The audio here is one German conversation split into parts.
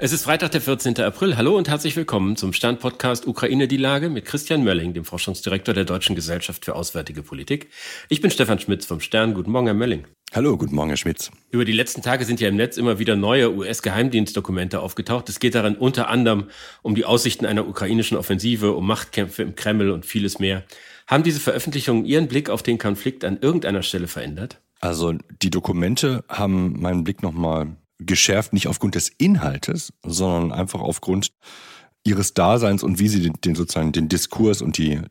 Es ist Freitag, der 14. April. Hallo und herzlich willkommen zum Stern-Podcast Ukraine die Lage mit Christian Mölling, dem Forschungsdirektor der Deutschen Gesellschaft für Auswärtige Politik. Ich bin Stefan Schmitz vom Stern. Guten Morgen, Herr Mölling. Hallo, guten Morgen, Herr Schmitz. Über die letzten Tage sind ja im Netz immer wieder neue US-Geheimdienstdokumente aufgetaucht. Es geht darin unter anderem um die Aussichten einer ukrainischen Offensive, um Machtkämpfe im Kreml und vieles mehr. Haben diese Veröffentlichungen Ihren Blick auf den Konflikt an irgendeiner Stelle verändert? Also die Dokumente haben meinen Blick nochmal geschärft, nicht aufgrund des Inhaltes, sondern einfach aufgrund ihres Daseins und wie sie den Diskurs und den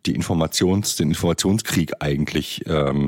Informationskrieg eigentlich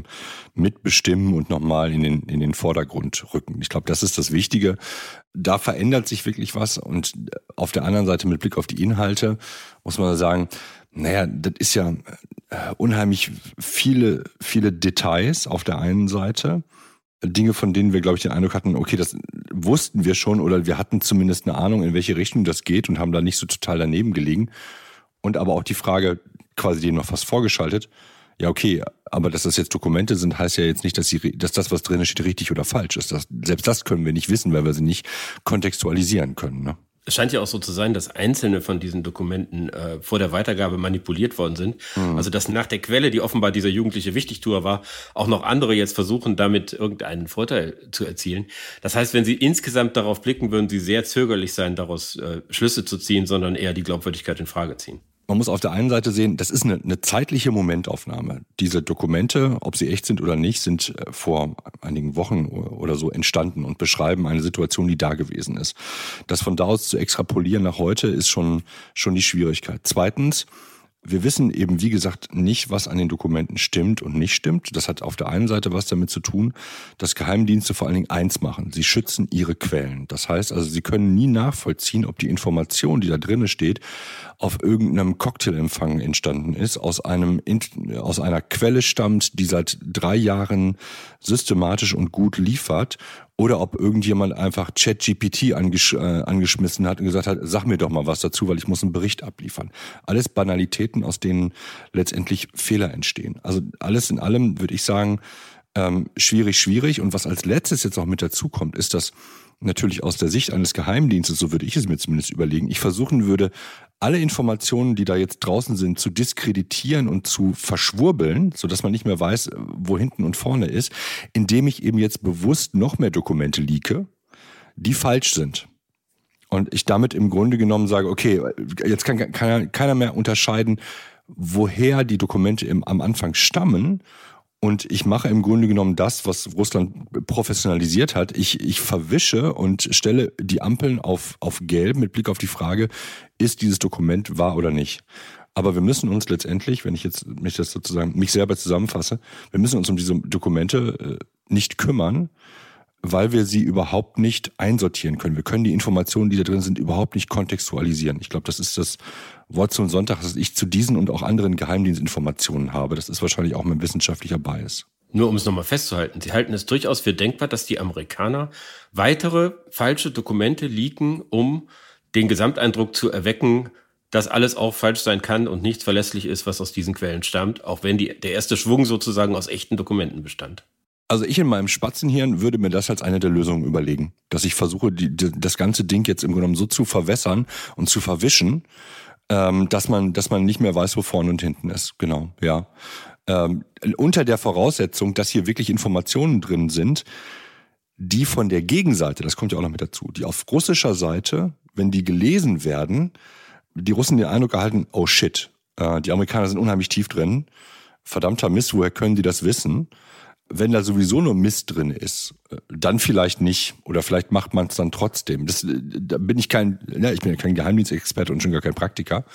mitbestimmen und nochmal in den Vordergrund rücken. Ich glaube, das ist das Wichtige. Da verändert sich wirklich was und auf der anderen Seite mit Blick auf die Inhalte muss man sagen, naja, das ist ja unheimlich viele Details auf der einen Seite. Dinge, von denen wir, glaube ich, den Eindruck hatten, okay, das wussten wir schon oder wir hatten zumindest eine Ahnung, in welche Richtung das geht und haben da nicht so total daneben gelegen. Und aber auch die Frage, quasi dem noch fast vorgeschaltet, ja okay, aber dass das jetzt Dokumente sind, heißt ja jetzt nicht, dass das, was drin steht, richtig oder falsch ist. Selbst das können wir nicht wissen, weil wir sie nicht kontextualisieren können, ne? Es scheint ja auch so zu sein, dass einzelne von diesen Dokumenten vor der Weitergabe manipuliert worden sind. Also dass nach der Quelle, die offenbar dieser jugendliche Wichtigtuer war, auch noch andere jetzt versuchen, damit irgendeinen Vorteil zu erzielen. Das heißt, wenn Sie insgesamt darauf blicken, würden Sie sehr zögerlich sein, daraus Schlüsse zu ziehen, sondern eher die Glaubwürdigkeit in Frage ziehen. Man muss auf der einen Seite sehen, das ist eine zeitliche Momentaufnahme. Diese Dokumente, ob sie echt sind oder nicht, sind vor einigen Wochen oder so entstanden und beschreiben eine Situation, die da gewesen ist. Das von da aus zu extrapolieren nach heute ist schon die Schwierigkeit. Zweitens, wir wissen eben, wie gesagt, nicht, was an den Dokumenten stimmt und nicht stimmt. Das hat auf der einen Seite was damit zu tun, dass Geheimdienste vor allen Dingen eins machen. Sie schützen ihre Quellen. Das heißt also, sie können nie nachvollziehen, ob die Information, die da drin steht, auf irgendeinem Cocktailempfang entstanden ist, aus einer Quelle stammt, die seit 3 Jahren systematisch und gut liefert, oder ob irgendjemand einfach ChatGPT angeschmissen hat und gesagt hat, sag mir doch mal was dazu, weil ich muss einen Bericht abliefern. Alles Banalitäten, aus denen letztendlich Fehler entstehen. Also alles in allem würde ich sagen, schwierig. Und was als letztes jetzt auch mit dazu kommt, ist, dass natürlich aus der Sicht eines Geheimdienstes, so würde ich es mir zumindest überlegen, ich versuchen würde, alle Informationen, die da jetzt draußen sind, zu diskreditieren und zu verschwurbeln, sodass man nicht mehr weiß, wo hinten und vorne ist, indem ich eben jetzt bewusst noch mehr Dokumente leake, die falsch sind. Und ich damit im Grunde genommen sage, okay, jetzt kann keiner mehr unterscheiden, woher die Dokumente am Anfang stammen. Und ich mache im Grunde genommen das, was Russland professionalisiert hat. Ich verwische und stelle die Ampeln auf gelb mit Blick auf die Frage, ist dieses Dokument wahr oder nicht? Aber wir müssen uns letztendlich, wenn ich jetzt mich selber zusammenfasse, wir müssen uns um diese Dokumente nicht kümmern, weil wir sie überhaupt nicht einsortieren können. Wir können die Informationen, die da drin sind, überhaupt nicht kontextualisieren. Ich glaube, das ist das Wort zum Sonntag, das ich zu diesen und auch anderen Geheimdienstinformationen habe. Das ist wahrscheinlich auch mein wissenschaftlicher Bias. Nur um es nochmal festzuhalten, Sie halten es durchaus für denkbar, dass die Amerikaner weitere falsche Dokumente leaken, um den Gesamteindruck zu erwecken, dass alles auch falsch sein kann und nichts verlässlich ist, was aus diesen Quellen stammt, auch wenn der erste Schwung sozusagen aus echten Dokumenten bestand. Also ich in meinem Spatzenhirn würde mir das als eine der Lösungen überlegen, dass ich versuche, das ganze Ding jetzt im Grunde genommen so zu verwässern und zu verwischen, dass man nicht mehr weiß, wo vorne und hinten ist. Genau, ja. Unter der Voraussetzung, dass hier wirklich Informationen drin sind, die von der Gegenseite, das kommt ja auch noch mit dazu, die auf russischer Seite, wenn die gelesen werden, die Russen den Eindruck erhalten, oh shit, die Amerikaner sind unheimlich tief drin, verdammter Mist, woher können die das wissen? Wenn da sowieso nur Mist drin ist, dann vielleicht nicht. Oder vielleicht macht man es dann trotzdem. Da bin ich ich bin ja kein Geheimdienstexperte und schon gar kein Praktiker.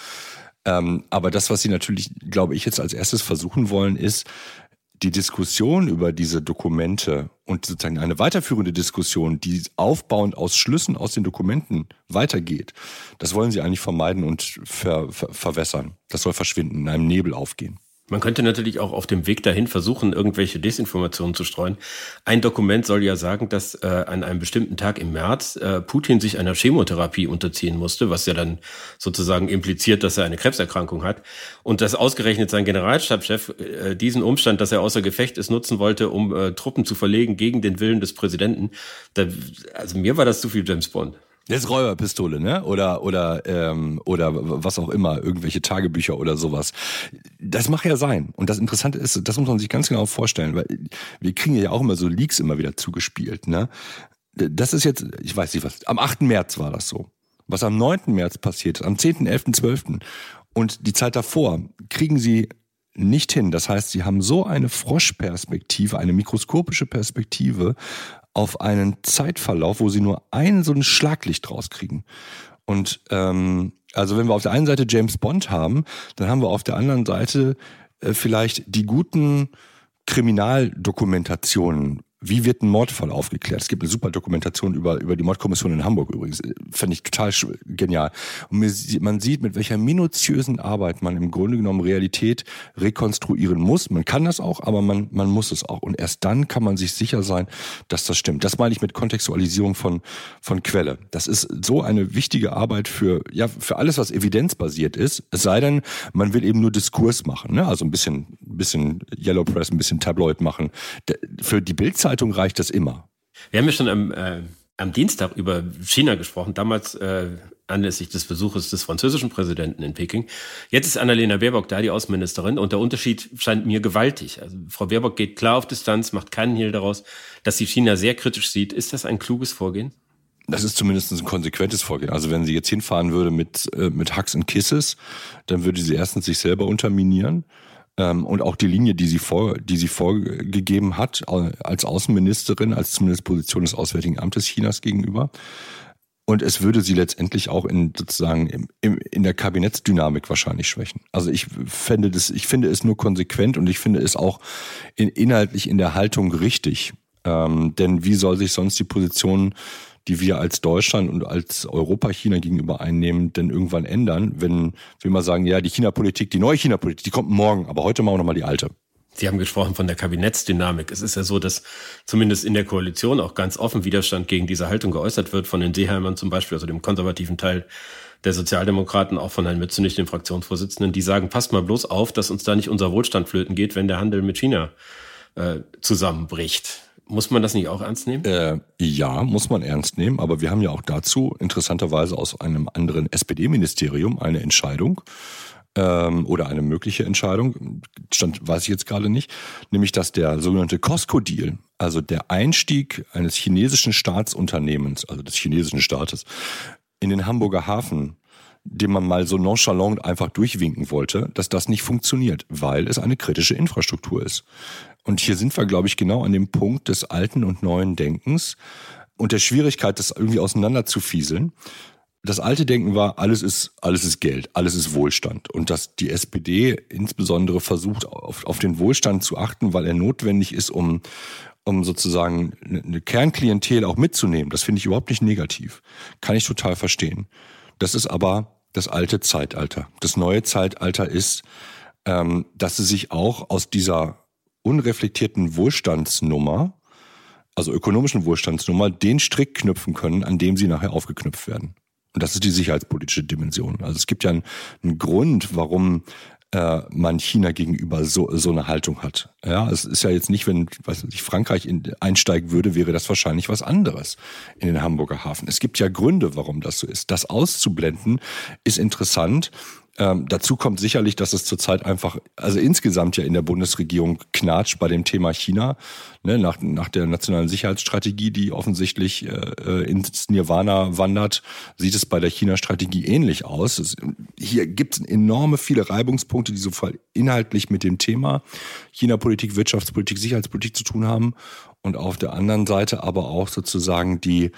Aber das, was sie natürlich, glaube ich, jetzt als erstes versuchen wollen, ist, die Diskussion über diese Dokumente und sozusagen eine weiterführende Diskussion, die aufbauend aus Schlüssen aus den Dokumenten weitergeht, das wollen sie eigentlich vermeiden und verwässern. Das soll verschwinden, in einem Nebel aufgehen. Man könnte natürlich auch auf dem Weg dahin versuchen, irgendwelche Desinformationen zu streuen. Ein Dokument soll ja sagen, dass an einem bestimmten Tag im März Putin sich einer Chemotherapie unterziehen musste, was ja dann sozusagen impliziert, dass er eine Krebserkrankung hat. Und dass ausgerechnet sein Generalstabschef diesen Umstand, dass er außer Gefecht ist, nutzen wollte, um Truppen zu verlegen gegen den Willen des Präsidenten. Also mir war das zu viel James Bond. Jetzt Räuberpistole, ne? Oder was auch immer, irgendwelche Tagebücher oder sowas. Das mag ja sein. Und das Interessante ist, das muss man sich ganz genau vorstellen, weil wir kriegen ja auch immer so Leaks immer wieder zugespielt, ne? Das ist jetzt, ich weiß nicht was, am 8. März war das so. Was am 9. März passiert, am 10., 11., 12. und die Zeit davor kriegen sie nicht hin. Das heißt, sie haben so eine Froschperspektive, eine mikroskopische Perspektive auf einen Zeitverlauf, wo sie nur so ein Schlaglicht rauskriegen. Und also wenn wir auf der einen Seite James Bond haben, dann haben wir auf der anderen Seite vielleicht die guten Kriminaldokumentationen. Wie wird ein Mordfall aufgeklärt? Es gibt eine super Dokumentation über die Mordkommission in Hamburg übrigens. Fand ich total genial. Und man sieht, mit welcher minutiösen Arbeit man im Grunde genommen Realität rekonstruieren muss. Man kann das auch, aber man muss es auch. Und erst dann kann man sich sicher sein, dass das stimmt. Das meine ich mit Kontextualisierung von Quelle. Das ist so eine wichtige Arbeit für alles, was evidenzbasiert ist. Es sei denn, man will eben nur Diskurs machen, ne? Also ein bisschen Yellow Press, ein bisschen Tabloid machen. Für die Bildzeitung reicht das immer. Wir haben ja schon am Dienstag über China gesprochen, damals anlässlich des Besuches des französischen Präsidenten in Peking. Jetzt ist Annalena Baerbock da, die Außenministerin, und der Unterschied scheint mir gewaltig. Also Frau Baerbock geht klar auf Distanz, macht keinen Hehl daraus, dass sie China sehr kritisch sieht. Ist das ein kluges Vorgehen? Das ist zumindest ein konsequentes Vorgehen. Also wenn sie jetzt hinfahren würde mit Hugs and Kisses, dann würde sie erstens sich selber unterminieren. Und auch die Linie, die sie vorgegeben hat, als Außenministerin, als zumindest Position des Auswärtigen Amtes Chinas gegenüber. Und es würde sie letztendlich auch in der Kabinettsdynamik wahrscheinlich schwächen. Also ich finde es nur konsequent und ich finde es auch inhaltlich in der Haltung richtig. Denn wie soll sich sonst die Position, die wir als Deutschland und als Europa China gegenüber einnehmen, denn irgendwann ändern, wenn wir mal sagen, ja, die neue China-Politik, die kommt morgen, aber heute machen wir nochmal die alte. Sie haben gesprochen von der Kabinettsdynamik. Es ist ja so, dass zumindest in der Koalition auch ganz offen Widerstand gegen diese Haltung geäußert wird, von den Seeheimern zum Beispiel, also dem konservativen Teil der Sozialdemokraten, auch von Herrn Mützenich, dem Fraktionsvorsitzenden, die sagen, passt mal bloß auf, dass uns da nicht unser Wohlstand flöten geht, wenn der Handel mit China zusammenbricht. Muss man das nicht auch ernst nehmen? Ja, muss man ernst nehmen. Aber wir haben ja auch dazu interessanterweise aus einem anderen SPD-Ministerium eine Entscheidung oder eine mögliche Entscheidung, weiß ich jetzt gerade nicht, nämlich dass der sogenannte Costco-Deal, also der Einstieg eines chinesischen Staatsunternehmens, also des chinesischen Staates, in den Hamburger Hafen, den man mal so nonchalant einfach durchwinken wollte, dass das nicht funktioniert, weil es eine kritische Infrastruktur ist. Und hier sind wir, glaube ich, genau an dem Punkt des alten und neuen Denkens und der Schwierigkeit, das irgendwie auseinanderzufieseln. Das alte Denken war, alles ist Geld, alles ist Wohlstand. Und dass die SPD insbesondere versucht, auf den Wohlstand zu achten, weil er notwendig ist, um sozusagen eine Kernklientel auch mitzunehmen. Das finde ich überhaupt nicht negativ. Kann ich total verstehen. Das ist aber das alte Zeitalter. Das neue Zeitalter ist, dass sie sich auch aus dieser unreflektierten Wohlstandsnummer, also ökonomischen Wohlstandsnummer, den Strick knüpfen können, an dem sie nachher aufgeknüpft werden. Und das ist die sicherheitspolitische Dimension. Also es gibt ja einen Grund, warum man China gegenüber so eine Haltung hat. Ja, es ist ja jetzt nicht, wenn Frankreich einsteigen würde, wäre das wahrscheinlich was anderes in den Hamburger Hafen. Es gibt ja Gründe, warum das so ist. Das auszublenden ist interessant. Dazu kommt sicherlich, dass es zurzeit einfach, also insgesamt ja in der Bundesregierung knatscht bei dem Thema China, ne, nach der nationalen Sicherheitsstrategie, die offensichtlich ins Nirvana wandert, sieht es bei der China-Strategie ähnlich aus. Hier gibt es enorme viele Reibungspunkte, die so inhaltlich mit dem Thema China-Politik, Wirtschaftspolitik, Sicherheitspolitik zu tun haben und auf der anderen Seite aber auch sozusagen die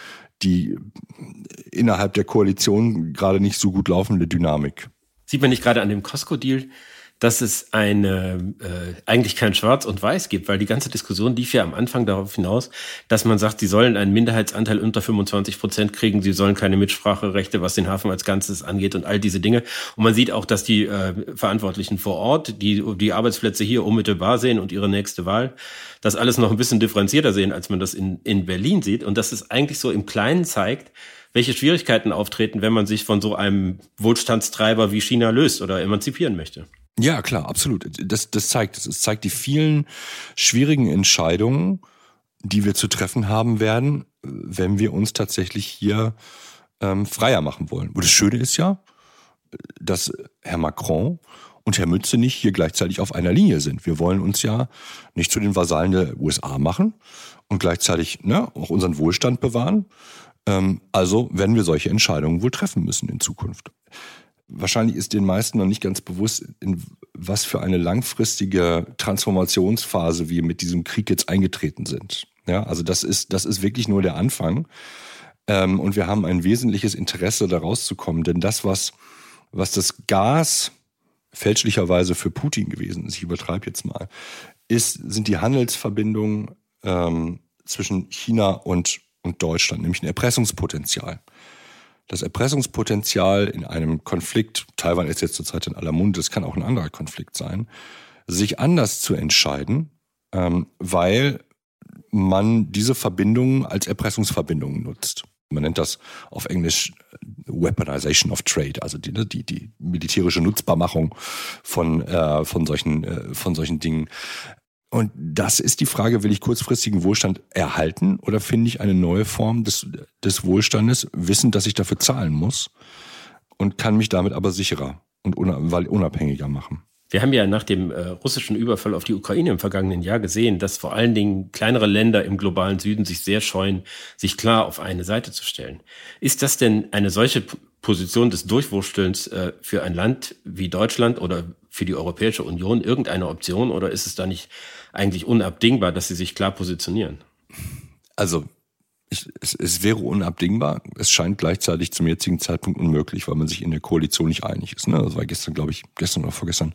innerhalb der Koalition gerade nicht so gut laufende Dynamik. Sieht man nicht gerade an dem Costco-Deal, dass es eigentlich kein Schwarz und Weiß gibt, weil die ganze Diskussion lief ja am Anfang darauf hinaus, dass man sagt, sie sollen einen Minderheitsanteil unter 25% kriegen, sie sollen keine Mitspracherechte, was den Hafen als Ganzes angeht und all diese Dinge. Und man sieht auch, dass die Verantwortlichen vor Ort, die Arbeitsplätze hier unmittelbar sehen und ihre nächste Wahl, das alles noch ein bisschen differenzierter sehen, als man das in Berlin sieht. Und dass es eigentlich so im Kleinen zeigt, welche Schwierigkeiten auftreten, wenn man sich von so einem Wohlstandstreiber wie China löst oder emanzipieren möchte. Ja, klar, absolut. Das zeigt es. Es zeigt die vielen schwierigen Entscheidungen, die wir zu treffen haben werden, wenn wir uns tatsächlich hier freier machen wollen. Und das Schöne ist ja, dass Herr Macron und Herr Mützenich hier gleichzeitig auf einer Linie sind. Wir wollen uns ja nicht zu den Vasallen der USA machen und gleichzeitig auch unseren Wohlstand bewahren. Also werden wir solche Entscheidungen wohl treffen müssen in Zukunft. Wahrscheinlich ist den meisten noch nicht ganz bewusst, in was für eine langfristige Transformationsphase wir mit diesem Krieg jetzt eingetreten sind. Ja, also das ist wirklich nur der Anfang. Und wir haben ein wesentliches Interesse, da rauszukommen. Denn das, was das Gas fälschlicherweise für Putin gewesen ist, ich übertreibe jetzt mal, sind die Handelsverbindungen zwischen China und Deutschland, nämlich ein Erpressungspotenzial. Das Erpressungspotenzial in einem Konflikt, Taiwan ist jetzt zurzeit in aller Munde, das kann auch ein anderer Konflikt sein, sich anders zu entscheiden, weil man diese Verbindungen als Erpressungsverbindungen nutzt. Man nennt das auf Englisch Weaponization of Trade, also die militärische Nutzbarmachung von solchen Dingen. Und das ist die Frage, will ich kurzfristigen Wohlstand erhalten oder finde ich eine neue Form des Wohlstandes, wissend, dass ich dafür zahlen muss und kann mich damit aber sicherer und unabhängiger machen. Wir haben ja nach dem russischen Überfall auf die Ukraine im vergangenen Jahr gesehen, dass vor allen Dingen kleinere Länder im globalen Süden sich sehr scheuen, sich klar auf eine Seite zu stellen. Ist das denn eine solche Position des Durchwurstelns für ein Land wie Deutschland oder für die Europäische Union irgendeine Option oder ist es da nicht eigentlich unabdingbar, dass sie sich klar positionieren? Also es wäre unabdingbar. Es scheint gleichzeitig zum jetzigen Zeitpunkt unmöglich, weil man sich in der Koalition nicht einig ist. Das war gestern oder vorgestern,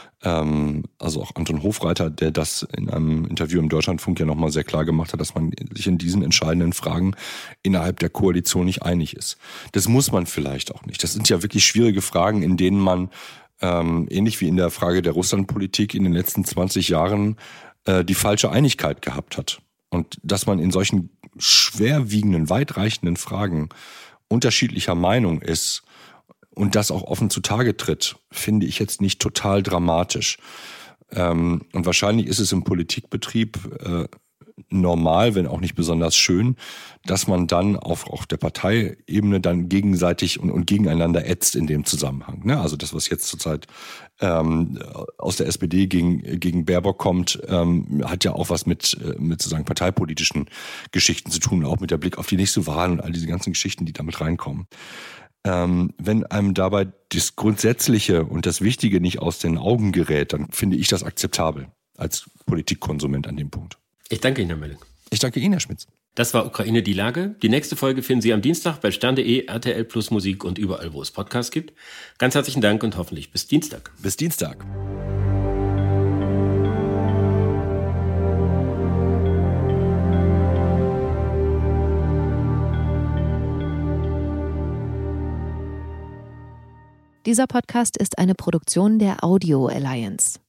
also auch Anton Hofreiter, der das in einem Interview im Deutschlandfunk ja nochmal sehr klar gemacht hat, dass man sich in diesen entscheidenden Fragen innerhalb der Koalition nicht einig ist. Das muss man vielleicht auch nicht. Das sind ja wirklich schwierige Fragen, in denen man ähnlich wie in der Frage der Russlandpolitik in den letzten 20 Jahren die falsche Einigkeit gehabt hat. Und dass man in solchen schwerwiegenden, weitreichenden Fragen unterschiedlicher Meinung ist und das auch offen zutage tritt, finde ich jetzt nicht total dramatisch. Und wahrscheinlich ist es im Politikbetrieb normal, wenn auch nicht besonders schön, dass man dann auf der Parteiebene dann gegenseitig und gegeneinander ätzt in dem Zusammenhang. Also das, was jetzt zurzeit aus der SPD gegen Baerbock kommt, hat ja auch was mit sozusagen parteipolitischen Geschichten zu tun, auch mit der Blick auf die nächste Wahl und all diese ganzen Geschichten, die damit reinkommen. Wenn einem dabei das Grundsätzliche und das Wichtige nicht aus den Augen gerät, dann finde ich das akzeptabel als Politikkonsument an dem Punkt. Ich danke Ihnen, Herr Melling. Ich danke Ihnen, Herr Schmitz. Das war Ukraine die Lage. Die nächste Folge finden Sie am Dienstag bei stern.de, RTL Plus Musik und überall, wo es Podcasts gibt. Ganz herzlichen Dank und hoffentlich bis Dienstag. Bis Dienstag. Dieser Podcast ist eine Produktion der Audio Alliance.